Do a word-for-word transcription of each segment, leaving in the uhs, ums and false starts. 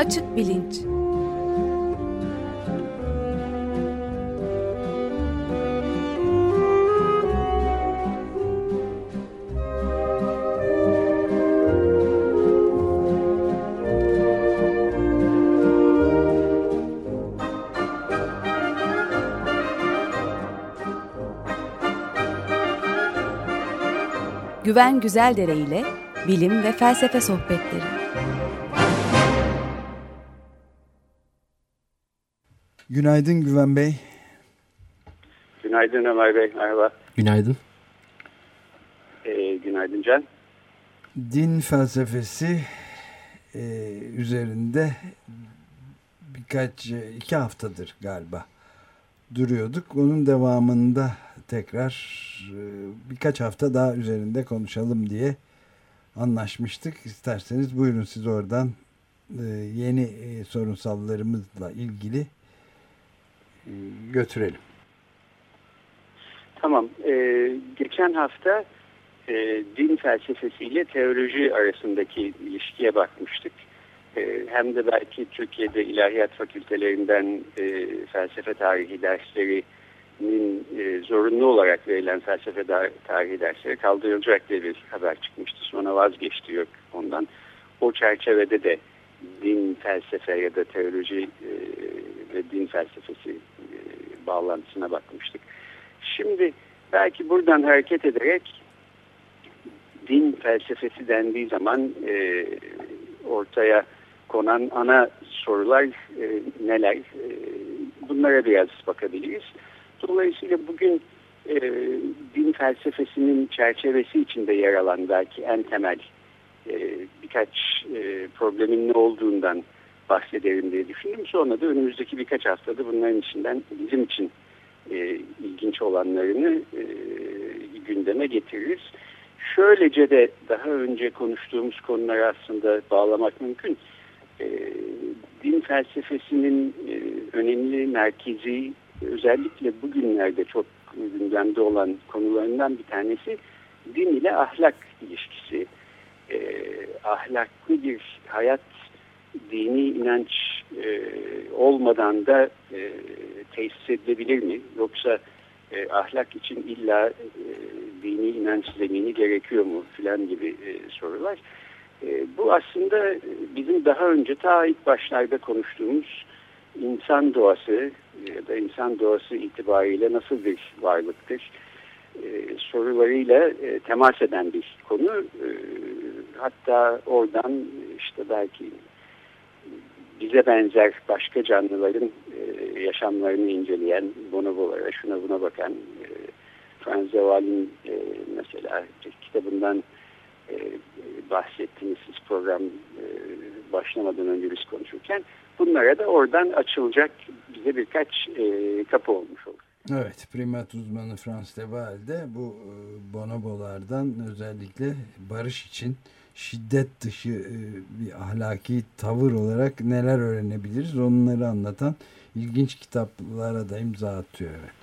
Açık bilinç. Güven Güzeldere ile bilim ve felsefe sohbetleri. Günaydın Güven Bey. Günaydın Ömer Bey, merhaba. Günaydın. Ee, günaydın Can. Din felsefesi e, üzerinde birkaç, iki haftadır galiba duruyorduk. Onun devamında tekrar e, birkaç hafta daha üzerinde konuşalım diye anlaşmıştık. İsterseniz buyurun siz oradan e, yeni e, sorunsallarımızla ilgili e, götürelim. Tamam. Ee, geçen hafta e, din felsefesiyle teoloji arasındaki ilişkiye bakmıştık. E, hem de belki Türkiye'de ilahiyat fakültelerinden e, felsefe tarihi derslerinin e, zorunlu olarak verilen felsefe tarihi dersleri kaldırılacak diye bir haber çıkmıştı. Sonra vazgeçti yok ondan. O çerçevede de din felsefe ya da teoloji e, ve din felsefesi e, bağlantısına bakmıştık. Şimdi belki buradan hareket ederek din felsefesi dendiği zaman e, ortaya konan ana sorular e, neler? E, bunlara biraz bakabiliriz. Dolayısıyla bugün e, din felsefesinin çerçevesi içinde yer alan belki en temel e, birkaç e, problemin ne olduğundan bahsederim diye düşündüm. Sonra da önümüzdeki birkaç haftada bunların içinden bizim için e, ilginç olanlarını e, gündeme getiririz. Şöylece de daha önce konuştuğumuz konuları aslında bağlamak mümkün. E, din felsefesinin e, önemli merkezi, özellikle bugünlerde çok gündemde olan konularından bir tanesi din ile ahlak ilişkisi. E, ahlaklı bir hayat, dini inanç e, olmadan da e, tesis edilebilir mi? Yoksa e, ahlak için illa e, dini inanç zemini gerekiyor mu filan gibi e, sorular. E, bu aslında bizim daha önce ta ilk başlarda konuştuğumuz insan doğası ya da insan doğası itibariyle nasıl bir varlıktır e, sorularıyla e, temas eden bir konu. E, hatta oradan işte belki bize benzer başka canlıların e, yaşamlarını inceleyen, bonobolara, şuna buna bakan e, Franz de Waal'in e, mesela kitabından e, bahsettiğiniz siz program e, başlamadan önce biz konuşurken bunlara da oradan açılacak bize birkaç e, kapı olmuş olur. Evet, primat uzmanı Franz de Waal de bu e, bonobolardan özellikle barış için şiddet dışı e, bir ahlaki tavır olarak neler öğrenebiliriz onları anlatan ilginç kitaplara da imza atıyor. Evet.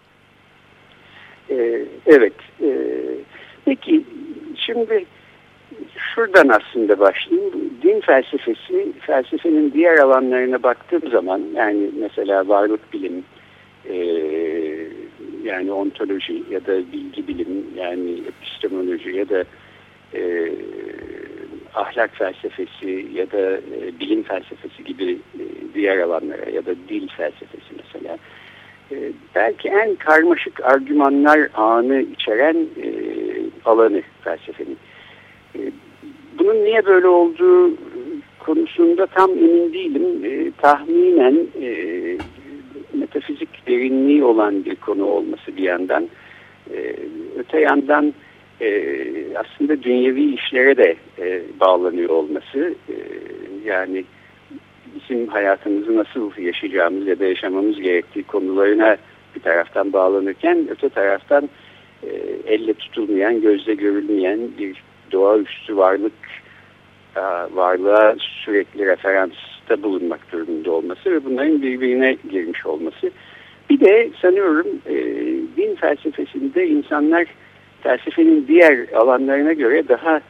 Ee, evet. E, peki şimdi şuradan aslında başlayayım. Din felsefesi, felsefenin diğer alanlarına baktığım zaman yani mesela varlık bilim, e, yani ontoloji ya da bilgi bilim yani epistemoloji ya da e, ahlak felsefesi ya da e, bilim felsefesi gibi e, diğer alanlara ya da dil felsefesi mesela e, belki en karmaşık argümanlar ağını içeren e, alanı felsefenin. E, bunun niye böyle olduğu konusunda tam emin değilim. E, tahminen e, metafizik derinliği olan bir konu olması bir yandan. E, öte yandan e, aslında dünyevi işlere de e, bağlanıyor olması. E, yani bizim hayatımızı nasıl yaşayacağımız ya da yaşamamız gerektiği konularına bir taraftan bağlanırken öte taraftan e, elle tutulmayan, gözle görülmeyen bir doğaüstü varlık varlığa sürekli referansta bulunmak durumunda olması ve bunların birbirine girmiş olması. Bir de sanıyorum e, din felsefesinde insanlar felsefenin diğer alanlarına göre daha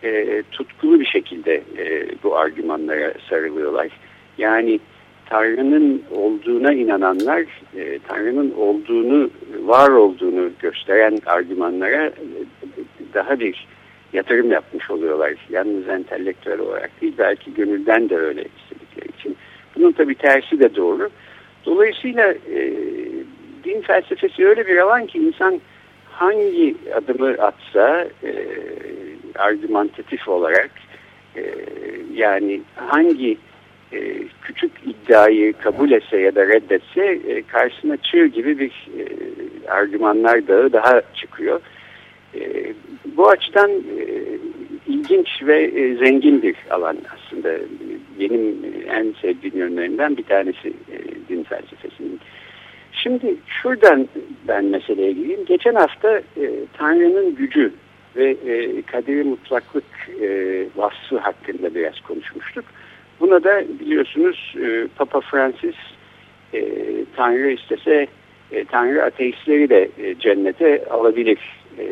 e, tutkulu bir şekilde e, bu argümanlara sarılıyorlar. Yani Tanrı'nın olduğuna inananlar, e, Tanrı'nın olduğunu, var olduğunu gösteren argümanlara e, daha bir yatırım yapmış oluyorlar. Yalnız entelektüel olarak değil, belki gönülden de öyle istedikleri için. Bunun tabii tersi de doğru. Dolayısıyla e, din felsefesi öyle bir alan ki insan hangi adımı atsa e, argümantatif olarak e, yani hangi e, küçük iddiayı kabul etse ya da reddetse e, karşısına çığ gibi bir e, argümanlar dağı daha çıkıyor. E, bu açıdan e, ilginç ve e, zengin bir alan aslında. Benim en sevdiğim yönlerinden bir tanesi e, din felsefesinin. Şimdi şuradan ben meseleye gireyim. Geçen hafta e, Tanrı'nın gücü ve e, kaderi mutlaklık e, vasfı hakkında biraz konuşmuştuk. Buna da biliyorsunuz e, Papa Francis e, Tanrı istese e, Tanrı ateistleri de e, cennete alabilir e,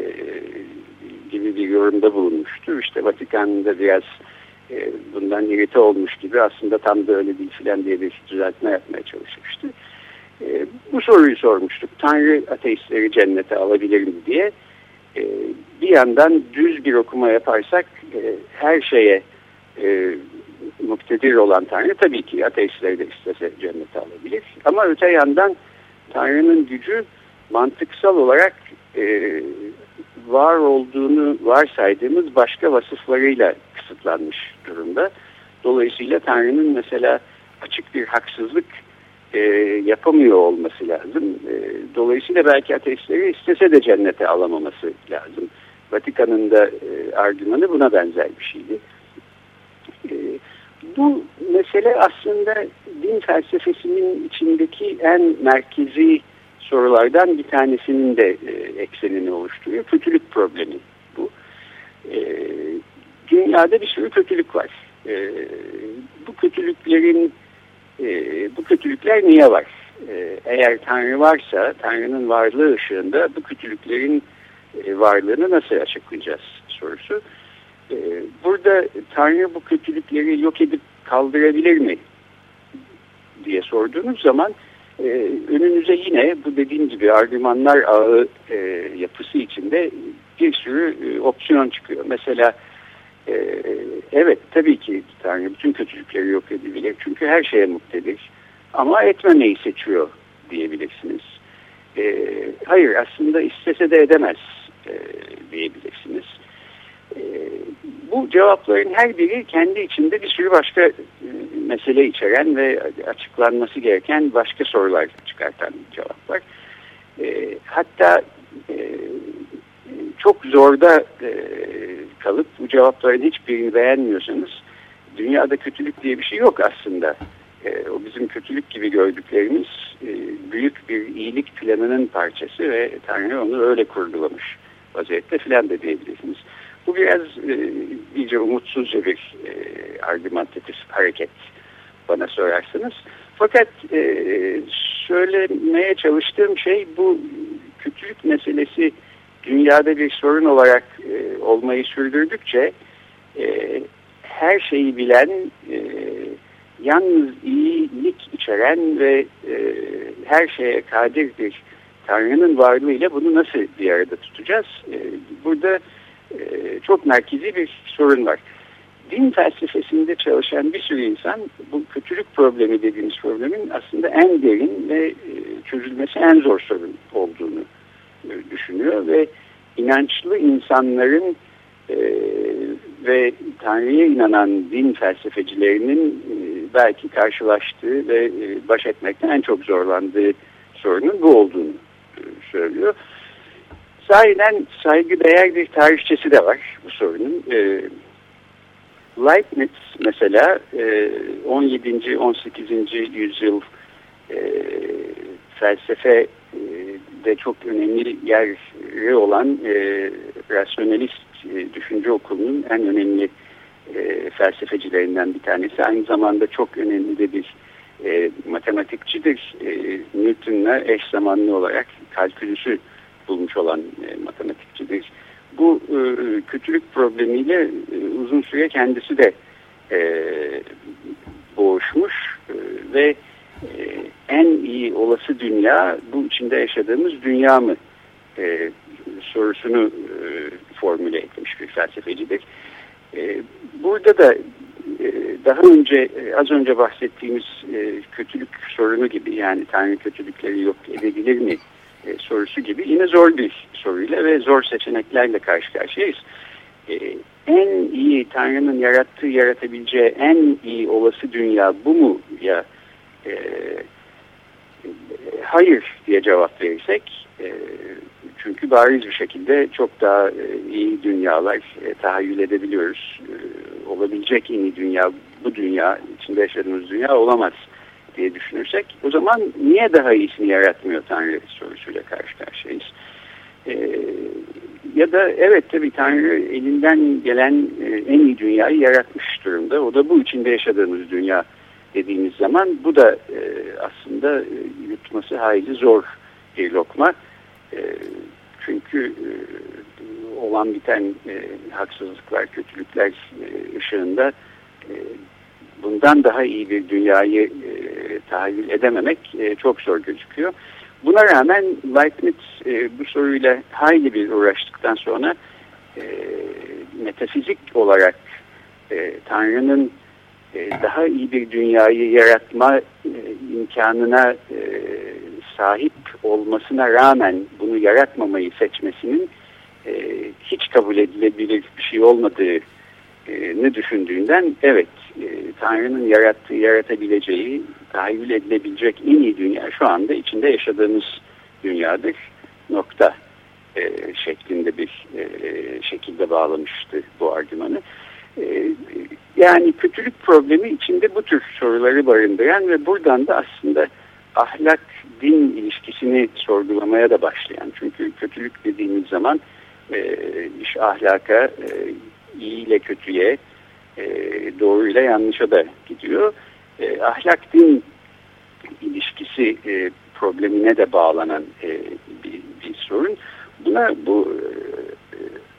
gibi bir yorumda bulunmuştu. İşte Vatikan'da biraz e, bundan irite olmuş gibi aslında tam da öyle değil filan diye bir düzeltme yapmaya çalışmıştı. E, bu soruyu sormuştuk. Tanrı ateistleri cennete alabilir mi diye. E, bir yandan düz bir okuma yaparsak e, her şeye e, muktedir olan Tanrı tabii ki ateistleri de istese cennete alabilir. Ama öte yandan Tanrı'nın gücü mantıksal olarak e, var olduğunu varsaydığımız başka vasıflarıyla kısıtlanmış durumda. Dolayısıyla Tanrı'nın mesela açık bir haksızlık e, yapamıyor olması lazım. E, dolayısıyla belki ateistleri istese de cennete alamaması lazım. Vatikan'ın da e, argümanı buna benzer bir şeydi. E, bu mesele aslında din felsefesinin içindeki en merkezi sorulardan bir tanesinin de e, eksenini oluşturuyor. Kötülük problemi bu. E, dünyada bir sürü kötülük var. E, bu kötülüklerin e, bu kötülükler niye var? E, eğer Tanrı varsa, Tanrı'nın varlığı ışığında bu kötülüklerin e, varlığını nasıl açıklayacağız sorusu. E, burada Tanrı bu kötülükleri yok edip kaldırabilir mi diye sorduğunuz zaman Ee, önünüze yine bu dediğim gibi argümanlar ağı e, yapısı içinde bir sürü e, opsiyon çıkıyor. Mesela e, evet tabii ki Tanrı bütün kötülükleri yok edebilir. Çünkü her şeye muktedir. Ama etmemeyi seçiyor diyebilirsiniz. E, hayır aslında istese de edemez e, diyebilirsiniz. E, bu cevapların her biri kendi içinde bir sürü başka e, mesele içeren ve açıklanması gereken başka sorular çıkartan cevaplar. E, hatta e, çok zorda e, kalıp bu cevapların hiçbirini beğenmiyorsanız dünyada kötülük diye bir şey yok aslında. E, o bizim kötülük gibi gördüklerimiz e, büyük bir iyilik planının parçası ve Tanrı onu öyle kurgulamış vaziyette filan da diyebilirsiniz. Bu biraz e, iyice umutsuzca bir e, argümantatif hareket bana sorarsanız. Fakat e, söylemeye çalıştığım şey bu kötülük meselesi dünyada bir sorun olarak e, olmayı sürdürdükçe e, her şeyi bilen, e, yalnız iyilik içeren ve e, her şeye kadir bir Tanrı'nın varlığıyla bunu nasıl bir arada tutacağız? E, burada e, çok merkezi bir sorun var. Din felsefesinde çalışan bir sürü insan bu kötülük problemi dediğimiz problemin aslında en derin ve çözülmesi en zor sorun olduğunu düşünüyor ve inançlı insanların e, ve Tanrı'ya inanan din felsefecilerinin e, belki karşılaştığı ve e, baş etmekten en çok zorlandığı sorunun bu olduğunu e, söylüyor. Sahiden saygıdeğer bir tarihçesi de var bu sorunun. E, Leibniz mesela on yedinci on sekizinci yüzyıl e, felsefe e, de çok önemli yeri olan e, rasyonalist e, düşünce okulunun en önemli e, felsefecilerinden bir tanesi. Aynı zamanda çok önemli de bir e, matematikçidir. E, Newton'la eş zamanlı olarak kalkülüsü bulmuş olan e, matematikçidir. Bu e, kötülük problemiyle e, uzun süre kendisi de e, boğuşmuş e, ve e, en iyi olası dünya bu içinde yaşadığımız dünya mı e, sorusunu e, formüle etmiş bir felsefecidir. E, burada da e, daha önce e, az önce bahsettiğimiz e, kötülük sorunu gibi, yani Tanrı kötülükleri yok edebilir mi e, sorusu gibi yine zor bir soruyla ve zor seçeneklerle karşı karşıyayız. E, en iyi Tanrı'nın yarattığı, yaratabileceği en iyi olası dünya bu mu ya e, hayır diye cevap verirsek, e, çünkü bariz bir şekilde çok daha e, iyi dünyalar e, tahayyül edebiliyoruz. E, olabilecek en iyi dünya bu dünya, içinde yaşadığımız dünya olamaz diye düşünürsek, o zaman niye daha iyisini yaratmıyor Tanrı sorusuyla karşı karşıyayız. E, ya da evet, tabii Tanrı elinden gelen e, en iyi dünyayı yaratmış durumda. O da bu içinde yaşadığımız dünya dediğimiz zaman bu da e, aslında e, yutması hayli zor bir lokma. E, çünkü e, olan biten e, haksızlıklar, kötülükler e, ışığında e, bundan daha iyi bir dünyayı e, tahayyül edememek e, çok zor gözüküyor. Buna rağmen Leibniz e, bu soruyla hayli bir uğraştıktan sonra e, metafizik olarak e, Tanrı'nın e, daha iyi bir dünyayı yaratma e, imkanına e, sahip olmasına rağmen bunu yaratmamayı seçmesinin e, hiç kabul edilebilir bir şey olmadığını düşündüğünden, evet, e, Tanrı'nın yarattığı, yaratabileceği, tahayyül edilebilecek en iyi dünya şu anda içinde yaşadığımız dünyadır nokta e, şeklinde bir e, şekilde bağlamıştı bu argümanı. E, yani kötülük problemi içinde bu tür soruları barındıran ve buradan da aslında ahlak-din ilişkisini sorgulamaya da başlayan. Çünkü kötülük dediğimiz zaman e, iş ahlaka, e, iyi ile kötüye, e, doğru ile yanlışa da gidiyor. E, ahlak-din ilişkisi e, problemine de bağlanan e, bir, bir sorun. Buna bu e,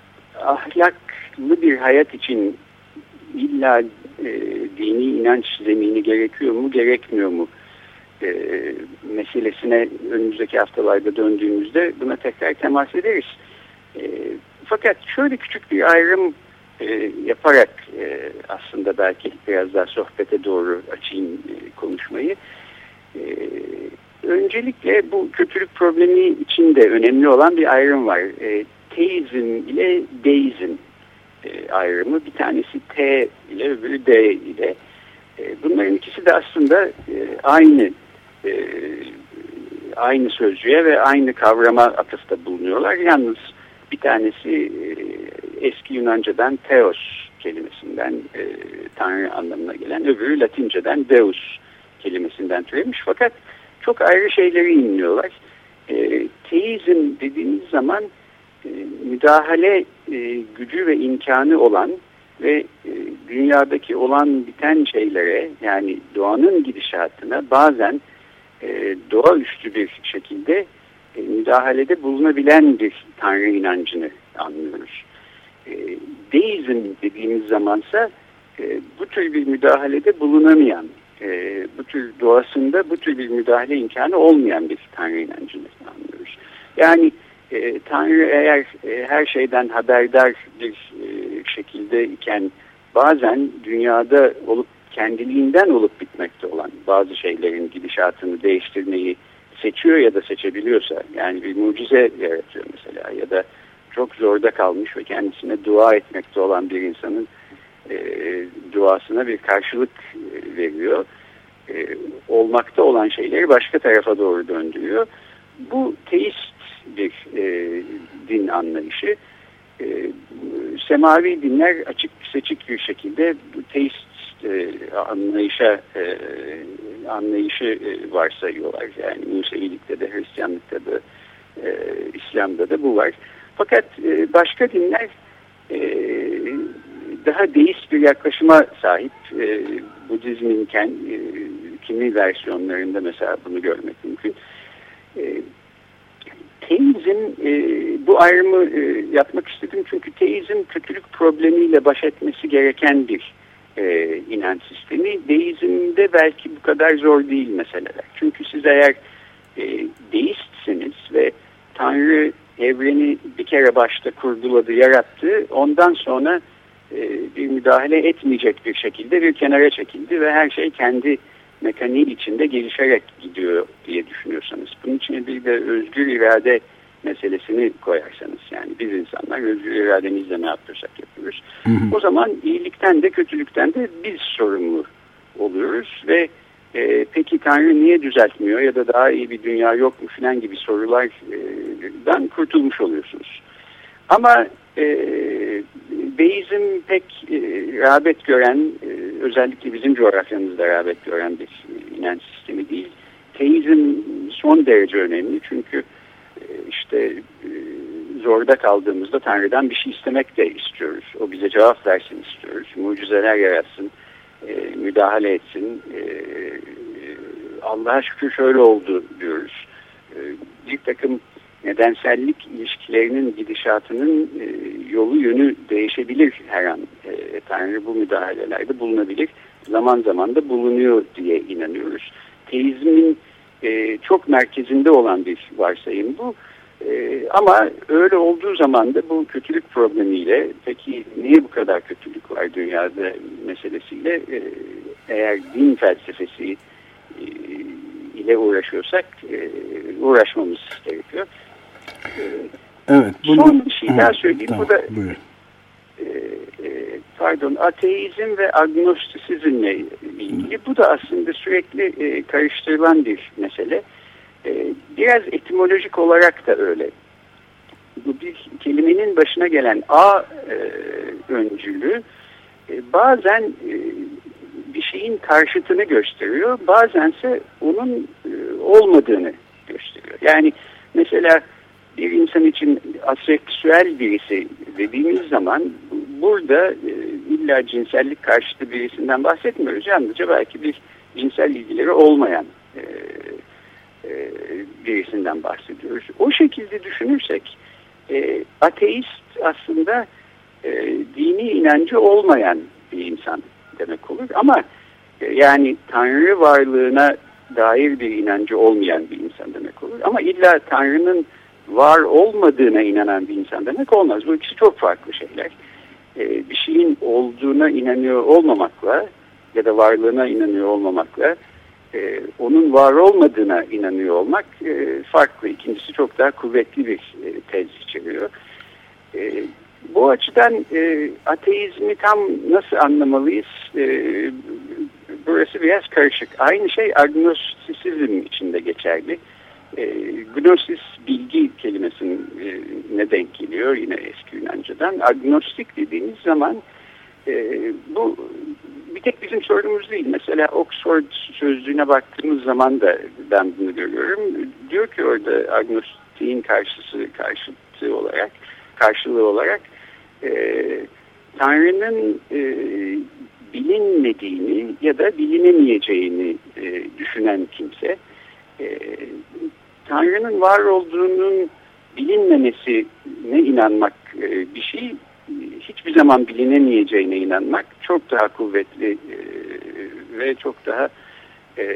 ahlaklı bir hayat için illa e, dini inanç zemini gerekiyor mu, gerekmiyor mu e, meselesine önümüzdeki haftalarda döndüğümüzde buna tekrar temas ederiz. E, fakat şöyle küçük bir ayrım e, yaparak e, aslında belki biraz daha sohbete doğru açayım e, konuşmayı. E, öncelikle bu kötülük problemi için de önemli olan bir ayrım var. E, teizm ile deizm e, ayrımı. Bir tanesi T ile, öbürü D ile. E, bunların ikisi de aslında e, aynı e, aynı sözcüğe ve aynı kavrama atıfta bulunuyorlar. Yalnız bir tanesi e, eski Yunanca'dan Theos kelimesinden e, Tanrı anlamına gelen, öbürü Latinceden Deus kelimesinden türemiş. Fakat çok ayrı şeyleri inliyorlar. E, teizm dediğimiz zaman e, müdahale e, gücü ve imkanı olan ve e, dünyadaki olan biten şeylere, yani doğanın gidişatına bazen e, doğaüstü bir şekilde e, müdahalede bulunabilen bir Tanrı inancını anlıyoruz. E, deizm dediğimiz zamansa e, bu tür bir müdahalede bulunamayan, e, bu tür doğasında bu tür bir müdahale imkanı olmayan bir Tanrı inancını anlıyoruz. Yani e, Tanrı eğer e, her şeyden haberdar bir e, şekilde iken bazen dünyada olup kendiliğinden olup bitmekte olan bazı şeylerin gidişatını değiştirmeyi seçiyor ya da seçebiliyorsa, yani bir mucize yaratıyor mesela, ya da çok zorda kalmış ve kendisine dua etmekte olan bir insanın e, duasına bir karşılık e, veriyor. E, olmakta olan şeyleri başka tarafa doğru döndürüyor. Bu teist bir e, din anlayışı. E, semavi dinler açık seçik bir şekilde bu teist e, anlayışa e, anlayışı e, varsayıyorlar. Yani Musevilikte de, Hristiyanlıkta da, e, İslam'da da bu var. Fakat e, başka dinler e, daha deist bir yaklaşıma sahip. E, Budizmin kendi, e, kimi versiyonlarında mesela bunu görmek mümkün. E, teizm teizm, e, bu ayrımı e, yapmak istedim çünkü teizm kötülük problemiyle baş etmesi gereken bir e, inanç sistemi. Deizmde belki bu kadar zor değil meseleler. Çünkü siz eğer e, deistsiniz ve Tanrı evreni bir kere başta kurguladı, yarattı, ondan sonra e, bir müdahale etmeyecek bir şekilde bir kenara çekildi ve her şey kendi mekaniği içinde gelişerek gidiyor diye düşünüyorsanız, bunun için bir de özgür irade meselesini koyarsanız, yani biz insanlar özgür irademizle ne yapıyorsak yapıyoruz. Hı hı. O zaman iyilikten de kötülükten de biz sorumlu oluyoruz ve e, peki Tanrı niye düzeltmiyor ya da daha iyi bir dünya yok mu filan gibi sorulardan kurtulmuş oluyorsunuz. Ama e, deizm pek e, rağbet gören, e, özellikle bizim coğrafyamızda rağbet gören bir e, inanç sistemi değil. Teizm son derece önemli çünkü e, işte e, zorda kaldığımızda Tanrı'dan bir şey istemek de istiyoruz. O bize cevap versin istiyoruz. Mucizeler yaratsın, e, müdahale etsin. E, Allah'a şükür şöyle oldu diyoruz. E, bir takım nedensellik ilişkilerinin gidişatının e, yolu yönü değişebilir her an. E, Tanrı bu müdahalelerde bulunabilir. Zaman zaman da bulunuyor diye inanıyoruz. Teizmin e, çok merkezinde olan bir varsayım bu. E, ama öyle olduğu zaman da bu kötülük problemiyle, peki niye bu kadar kötülük var dünyada meselesiyle, e, eğer din felsefesi e, ile uğraşıyorsak e, uğraşmamız gerekiyor. Evet. Bunu, son bir şey daha evet, söyleyeyim. Tamam, bu da e, e, pardon, ateizm ve agnostisizmle ilgili. Bu da aslında sürekli e, karıştırılan bir mesele. E, biraz etimolojik olarak da öyle. Bu bir kelimenin başına gelen A e, öncülü e, bazen e, bir şeyin karşıtını gösteriyor, bazense onun e, olmadığını gösteriyor. Yani mesela bir insan için aseksüel birisi dediğimiz zaman burada e, illa cinsellik karşıtı birisinden bahsetmiyoruz. Yalnızca belki bir cinsel ilgileri olmayan e, e, birisinden bahsediyoruz. O şekilde düşünürsek e, ateist aslında e, dini inancı olmayan bir insan demek olur. Ama e, yani Tanrı varlığına dair bir inancı olmayan bir insan demek olur. Ama illa Tanrı'nın var olmadığına inanan bir insan demek olmaz. Bu ikisi çok farklı şeyler. Ee, bir şeyin olduğuna inanıyor olmamakla ya da varlığına inanıyor olmamakla e, onun var olmadığına inanıyor olmak e, farklı. İkincisi çok daha kuvvetli bir e, tez içeriyor. E, bu açıdan e, ateizmi tam nasıl anlamalıyız? E, burası biraz karışık. Aynı şey agnostisizm için de geçerli. E, gnosis bilgi kelimesine e, denk geliyor yine eski Yunanca'dan. Agnostik dediğimiz zaman e, bu bir tek bizim sorunumuz değil. Mesela Oxford sözlüğüne baktığımız zaman da ben bunu görüyorum. Diyor ki orada agnostiğin karşısı karşıtı olarak karşılığı olarak e, Tanrı'nın e, bilinmediğini ya da bilinemeyeceğini e, düşünen kimse e, Tanrı'nın var olduğunun bilinmemesine inanmak e, bir şey, hiçbir zaman bilinemeyeceğine inanmak çok daha kuvvetli e, ve çok daha e,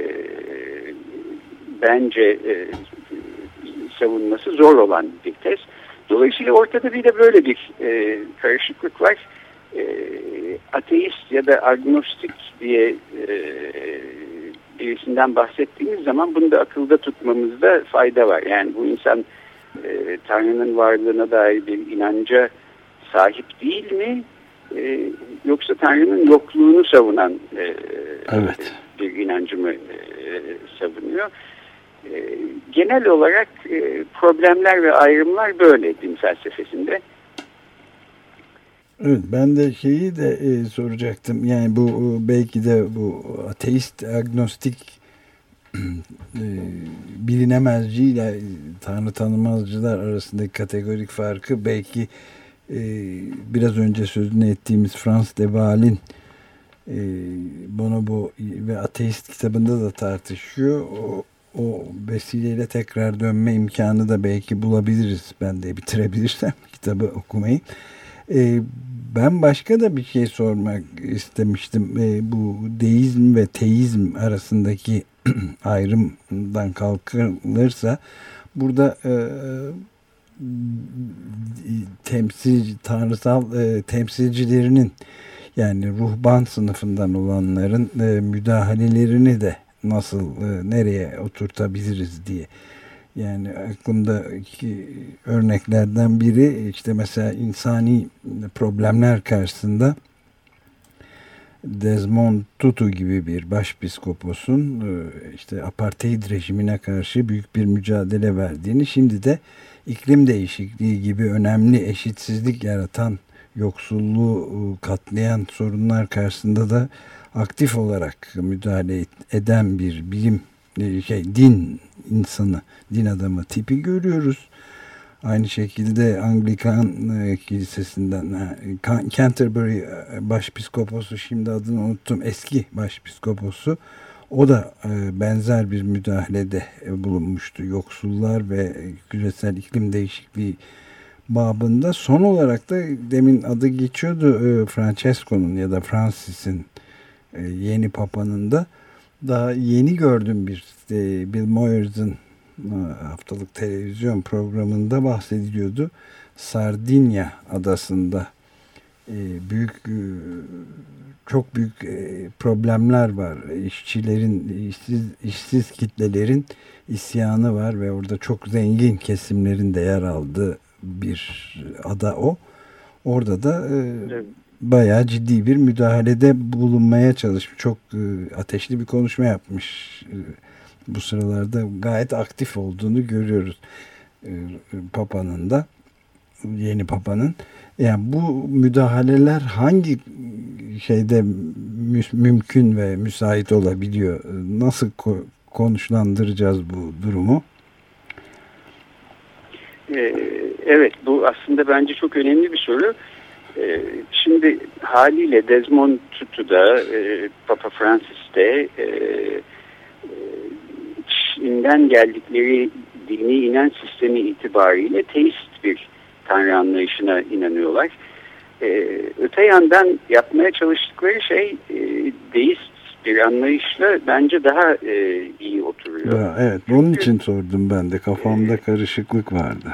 bence e, savunması zor olan bir tez. Dolayısıyla ortada bir de böyle bir e, karışıklık var. E, ateist ya da agnostik diye e, birisinden bahsettiğimiz zaman bunu da akılda tutmamızda fayda var. Yani bu insan e, Tanrı'nın varlığına dair bir inanca sahip değil mi? E, yoksa Tanrı'nın yokluğunu savunan e, evet. bir inancı mı e, savunuyor? E, genel olarak e, problemler ve ayrımlar böyle din felsefesinde. Evet, ben de şeyi de e, soracaktım. Yani bu belki de bu ateist, agnostik e, bilinemezci ile Tanrı tanımazcılar arasındaki kategorik farkı belki e, biraz önce sözünü ettiğimiz Frans de Waal'in e, Bonobo ve Ateist kitabında da tartışıyor. O, o vesileyle tekrar dönme imkanı da belki bulabiliriz. Ben de bitirebilirsem kitabı okumayı. E, ben başka da bir şey sormak istemiştim. E, bu deizm ve teizm arasındaki ayrımdan kalkılırsa burada e, temsil tanrısal e, temsilcilerinin, yani ruhban sınıfından olanların e, müdahalelerini de nasıl e, nereye oturtabiliriz diye. Yani aklımdaki örneklerden biri işte mesela insani problemler karşısında Desmond Tutu gibi bir başpiskoposun işte apartheid rejimine karşı büyük bir mücadele verdiğini, şimdi de iklim değişikliği gibi önemli eşitsizlik yaratan, yoksulluğu katlayan sorunlar karşısında da aktif olarak müdahale eden bir bilim şey din insanı, din adamı tipi görüyoruz. Aynı şekilde Anglikan e, Kilisesi'nden e, Canterbury başpiskoposu, şimdi adını unuttum, eski başpiskoposu, o da e, benzer bir müdahalede e, bulunmuştu. Yoksullar ve küresel iklim değişikliği babında. Son olarak da demin adı geçiyordu e, Francesco'nun ya da Francis'in e, yeni papanın da daha yeni gördüm bir e, Bill Moyers'ın haftalık televizyon programında bahsediliyordu. Sardinya adasında e, büyük e, çok büyük e, problemler var. İşçilerin, işsiz, işsiz kitlelerin isyanı var ve orada çok zengin kesimlerin de yer aldığı bir ada o. Orada da e, evet. bayağı ciddi bir müdahalede bulunmaya çalışmış. Çok e, ateşli bir konuşma yapmış. E, bu sıralarda gayet aktif olduğunu görüyoruz. E, Papa'nın da, yeni Papa'nın. Yani bu müdahaleler hangi şeyde mü mümkün ve müsait olabiliyor? Nasıl ko konuşlandıracağız bu durumu? Evet, bu aslında bence çok önemli bir soru. Şimdi haliyle Desmond Tutu'da, Papa Francis'te Çin'den geldikleri dini inanç sistemi itibariyle teist bir tanrı anlayışına inanıyorlar. Öte yandan yapmaya çalıştıkları şey deist bir anlayışla bence daha iyi oturuyor. Ya, evet, bunun Çünkü, için sordum ben de. Kafamda e, karışıklık vardı.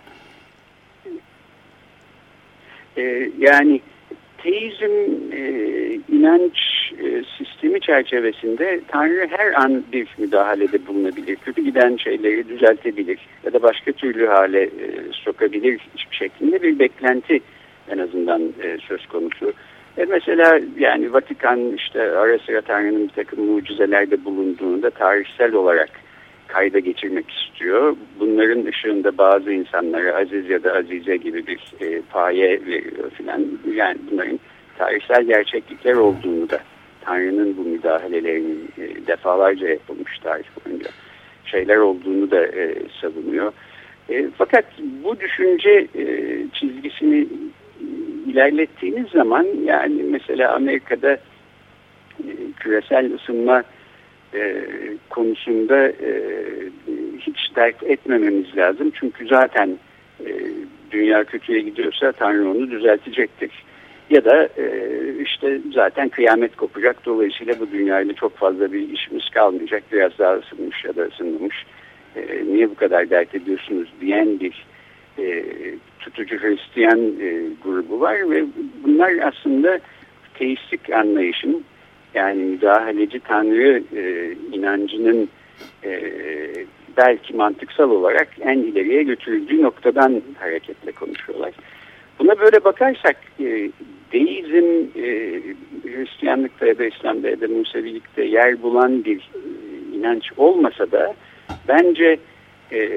E, yani teizm e, inanç e, sistemi çerçevesinde Tanrı her an bir müdahalede bulunabilir. Kötü giden şeyleri düzeltebilir ya da başka türlü hale e, sokabilir şeklinde bir beklenti en azından e, söz konusu. E mesela yani Vatikan işte ara sıra Tanrı'nın bir takım mucizelerde bulunduğunda tarihsel olarak kayda geçirmek istiyor. Bunların ışığında bazı insanlara aziz ya da azize gibi bir e, paye veriyor filan. Yani bunların tarihsel gerçeklikler olduğunu da, Tanrı'nın bu müdahalelerinin e, defalarca yapılmış tarih boyunca şeyler olduğunu da e, savunuyor. E, fakat bu düşünce e, çizgisini ilerlettiğiniz zaman, yani mesela Amerika'da e, küresel ısınma e, konusunda e, hiç dert etmememiz lazım. Çünkü zaten e, dünya kötüye gidiyorsa Tanrı onu düzeltecektir. Ya da e, işte zaten kıyamet kopacak. Dolayısıyla bu dünyayla çok fazla bir işimiz kalmayacak. Biraz daha ısınmış ya da ısınmamış. E, niye bu kadar dert ediyorsunuz diyen bir e, tutucu Hristiyan e, grubu var ve bunlar aslında teistik anlayışın, yani müdahaleci Tanrı e, inancının e, belki mantıksal olarak en ileriye götürüldüğü noktadan hareketle konuşuyorlar. Buna böyle bakarsak e, deizm e, Hristiyanlıkta ya da İslam'da ya da Musevilikte yer bulan bir e, inanç olmasa da bence e,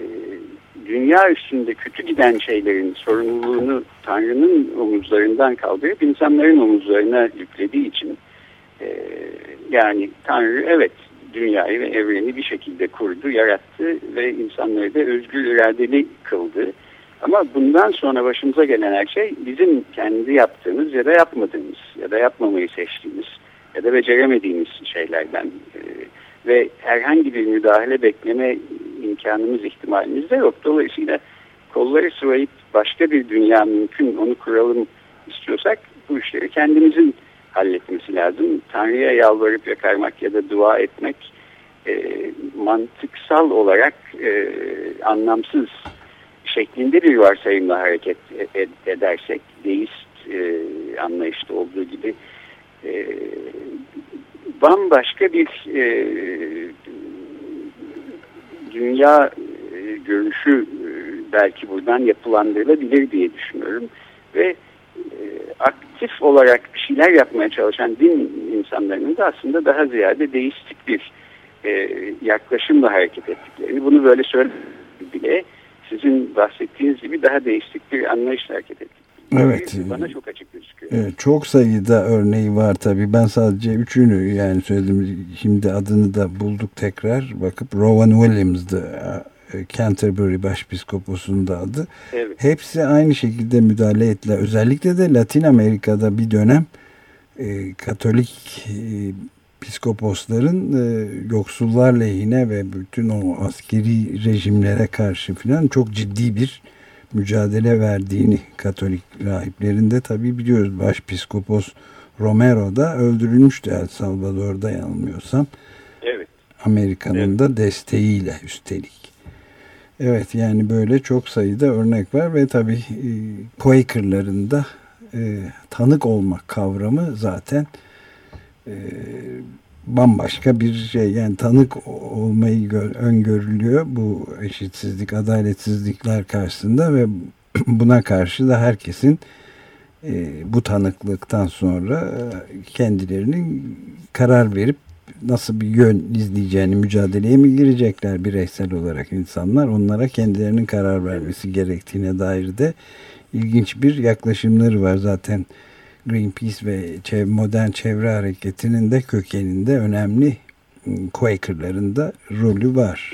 dünya üstünde kötü giden şeylerin sorumluluğunu Tanrı'nın omuzlarından kaldırıp insanların omuzlarına yüklediği için e, yani Tanrı evet dünyayı ve evreni bir şekilde kurdu, yarattı ve insanları da özgür iradeli kıldı. Ama bundan sonra başımıza gelen her şey bizim kendi yaptığımız ya da yapmadığımız ya da yapmamayı seçtiğimiz ya da beceremediğimiz şeylerden e, ve herhangi bir müdahale bekleme imkanımız, ihtimalimiz de yok. Dolayısıyla kolları sıvayıp başka bir dünya mümkün, onu kuralım istiyorsak bu işleri kendimizin halletmesi lazım. Tanrı'ya yalvarıp yakarmak ya da dua etmek e, mantıksal olarak e, anlamsız şeklinde bir varsayımla hareket ed edersek, deist e, anlayışta olduğu gibi e, bambaşka bir e, dünya e, görüşü e, belki buradan yapılandırılabilir diye düşünüyorum. Ve e, aktif olarak bir şeyler yapmaya çalışan din insanlarının da aslında daha ziyade deistik bir e, yaklaşımla hareket ettiklerini, bunu böyle söyleyeyim bile sizin bahsettiğiniz gibi daha deistik bir anlayışla hareket ettiklerini. Evet. Bana çok açık gözüküyor. Evet, çok sayıda örneği var tabii. Ben sadece üçünü yani söyledim. Şimdi adını da bulduk tekrar. Bakıp Rowan Williams'dı. Canterbury Başpiskoposu'nun da adı. Evet. Hepsi aynı şekilde müdahale ettiler. Özellikle de Latin Amerika'da bir dönem e, Katolik e, piskoposların e, yoksullar lehine ve bütün o askeri rejimlere karşı falan çok ciddi bir mücadele verdiğini Katolik rahiplerin de tabii biliyoruz. Başpiskopos Romero da öldürülmüştü El Salvador'da yanılmıyorsam. Evet. Amerika'nın evet. da desteğiyle üstelik. Evet, yani böyle çok sayıda örnek var ve tabii e, Quaker'ların da e, tanık olmak kavramı zaten e, bambaşka bir şey. Yani tanık olmayı öngörülüyor bu eşitsizlik, adaletsizlikler karşısında ve buna karşı da herkesin e, bu tanıklıktan sonra e, kendilerinin karar verip nasıl bir yön izleyeceğini, mücadeleye mi girecekler bireysel olarak insanlar, onlara kendilerinin karar vermesi gerektiğine dair de ilginç bir yaklaşımları var. Zaten Greenpeace ve çev modern çevre hareketinin de kökeninde önemli Quaker'ların da rolü var.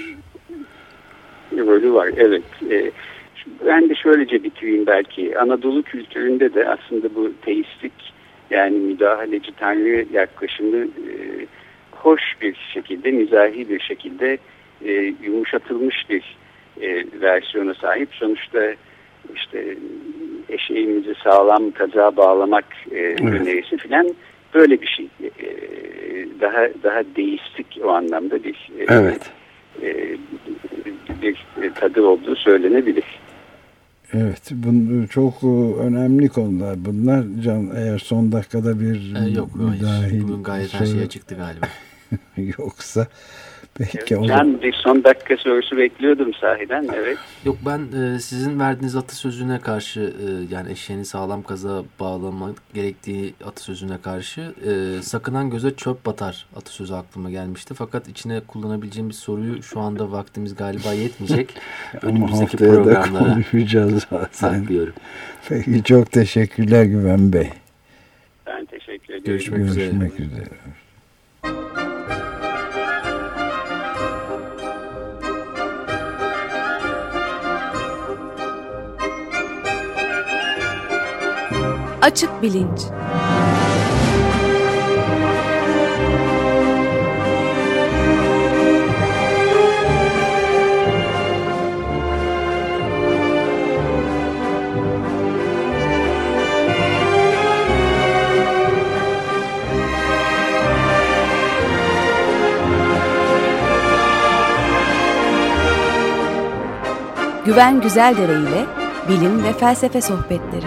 Rolü var, evet. Ee, ben de şöylece bitireyim belki. Anadolu kültüründe de aslında bu teistik, yani müdahaleci tanrı yaklaşımı e, hoş bir şekilde, mizahi bir şekilde e, yumuşatılmış bir e, versiyona sahip. Sonuçta işte eşeğimizi sağlam kazağa bağlamak e, evet. önerisi filan böyle bir şey. E, daha daha deistik o anlamda bir e, evet. e, bir tadı olduğu söylenebilir. Evet, bunlar çok önemli konular. Bunlar Can, eğer son dakikada bir ee, yok, müdahil bugün gayet her şey çıktı galiba. Yoksa peki evet, o zaman. Ben bir son dakika sorusu bekliyordum sahiden, evet. Yok, ben e, sizin verdiğiniz atasözüne karşı e, yani eşeğini sağlam kaza bağlamak gerektiği atasözüne karşı e, sakınan göze çöp batar atasözü aklıma gelmişti. Fakat içine kullanabileceğim bir soruyu şu anda vaktimiz galiba yetmeyecek. Önümüzdeki programlara konuşacağız zaten. Saklıyorum. Peki, çok teşekkürler Güven Bey. Ben teşekkür ederim. Görüşmek, Görüşmek üzere. üzere. Açık Bilinç. Güven Güzeldere ile bilim ve felsefe sohbetleri.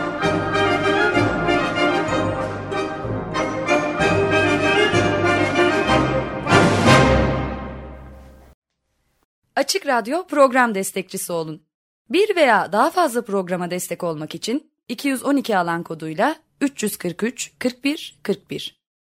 Açık Radyo program destekçisi olun. Bir veya daha fazla programa destek olmak için iki yüz on iki alan koduyla üç yüz kırk üç kırk bir kırk bir